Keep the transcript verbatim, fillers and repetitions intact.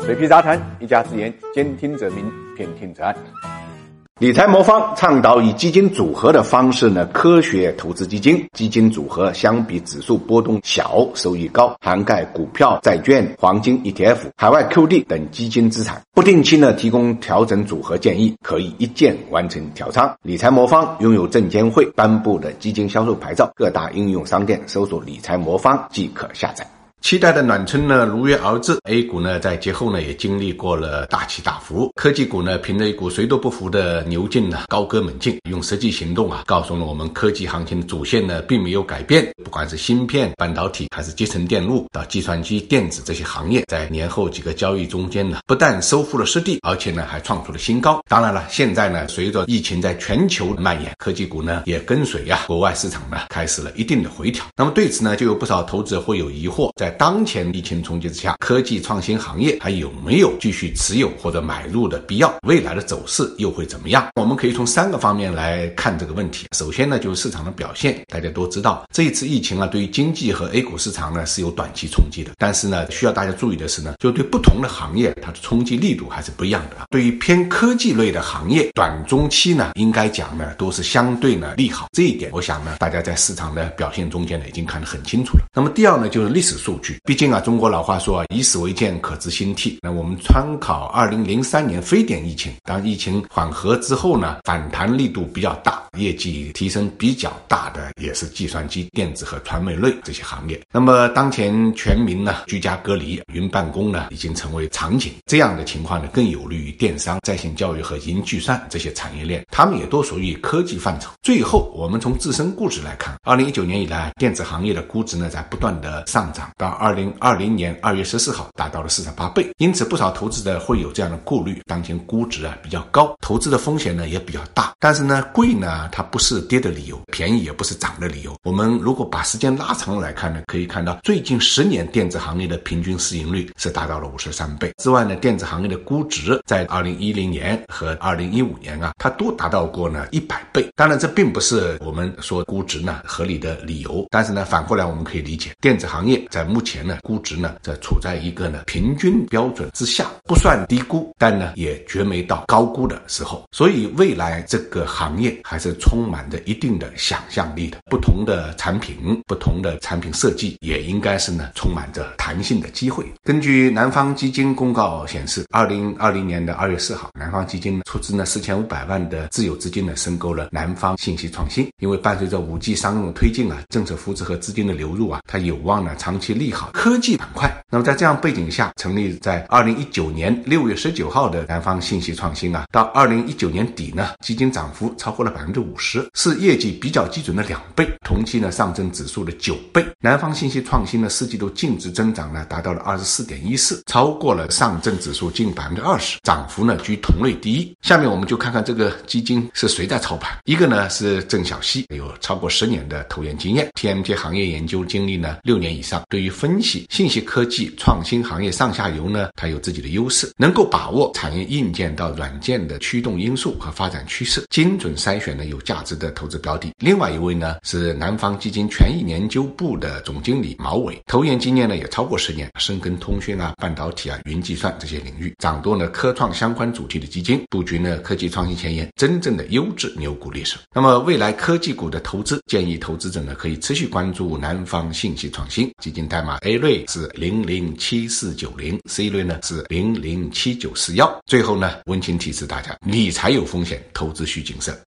水皮杂谈，一家之言，兼听则明，偏听则暗。 理财魔方倡导以基金组合的方式呢，科学投资基金。基金组合相比指数波动小，收益高，涵盖股票、债券、黄金 E T F、海外 Q D 等基金资产。不定期呢提供调整组合建议，可以一键完成调仓。理财魔方拥有证监会颁布的基金销售牌照，各大应用商店搜索理财魔方即可下载。期待的暖春呢如约而至 ，A 股呢在节后呢也经历过了大起大伏，科技股呢凭着一股谁都不服的牛劲呢高歌猛进，用实际行动啊告诉了我们科技行情的主线呢并没有改变，不管是芯片、半导体还是集成电路到计算机、电子这些行业，在年后几个交易中间呢不但收复了失地，而且呢还创出了新高。当然了，现在呢随着疫情在全球蔓延，科技股呢也跟随啊国外市场呢开始了一定的回调。那么对此呢就有不少投资者会有疑惑，在当前疫情冲击之下，科技创新行业还有没有继续持有或者买入的必要？未来的走势又会怎么样？我们可以从三个方面来看这个问题。首先呢，就是市场的表现。大家都知道，这一次疫情啊，对于经济和 A 股市场呢是有短期冲击的。但是呢，需要大家注意的是呢，就对不同的行业，它的冲击力度还是不一样的。对于偏科技类的行业，短中期呢，应该讲呢，都是相对呢利好。这一点，我想呢，大家在市场的表现中间呢，已经看得很清楚了。那么第二呢，就是历史数据。毕竟啊，中国老话说啊，以史为鉴，可知兴替。那我们参考二零零三年非典疫情，当疫情缓和之后呢，反弹力度比较大，业绩提升比较大的也是计算机、电子和传媒类这些行业。那么当前全民呢居家隔离、云办公呢已经成为常景，这样的情况呢更有利于电商、在线教育和云计算这些产业链，它们也都属于科技范畴。最后我们从自身估值来看，二零一九年以来，电子行业的估值呢在不断的上涨，到二零二零年二月十四号达到了 四点八倍。因此不少投资者会有这样的顾虑，当前估值啊比较高，投资的风险呢也比较大。但是呢贵呢它不是跌的理由，便宜也不是涨的理由。我们如果把时间拉长来看呢，可以看到最近十年电子行业的平均市盈率是达到了五十三倍。之外呢，电子行业的估值在二零一零年和二零一五年啊，它都达到过呢一百倍。当然这并不是我们说估值呢合理的理由，但是呢反过来我们可以理解，电子行业在目前呢估值呢在处在一个呢平均标准之下，不算低估，但呢也绝没到高估的时候。所以未来这个行业还是充满着一定的想象力的，不同的产品、不同的产品设计也应该是呢充满着弹性的机会。根据南方基金公告显示，二零二零年的二月四号，南方基金出资呢四千五百万的自有资金呢申购了南方信息创新。因为伴随着 五 G 商用的推进啊，政策扶持和资金的流入啊，它有望呢长期利好科技板块。那么在这样背景下，成立在二零一九年六月十九号的南方信息创新啊，到二零一九年底呢，基金涨幅超过了 百分之五十， 是业绩比较基准的两倍，同期呢上证指数的九倍。南方信息创新的四季度净值增长呢达到了 二十四点一四， 超过了上证指数近 百分之二十， 涨幅呢居同类第一。下面我们就看看这个基金是谁在操盘。一个呢是郑晓曦，有超过十年的投研经验， T M T 行业研究经历呢六年以上，对于分析信息科技创新行业上下游呢，它有自己的优势，能够把握产业硬件到软件的驱动因素和发展趋势，精准筛选呢有价值的投资标的。另外一位呢是南方基金权益研究部的总经理毛伟，投研经验呢也超过十年，深耕通讯啊、半导体啊、云计算这些领域，掌舵呢科创相关主题的基金，布局呢科技创新前沿，真正的优质牛股历史。那么未来科技股的投资，建议投资者呢可以持续关注南方信息创新，基金代码 A 类是零零七四九零， C 类呢是零零七九四一。最后呢温馨提示大家，理财有风险，投资需谨慎。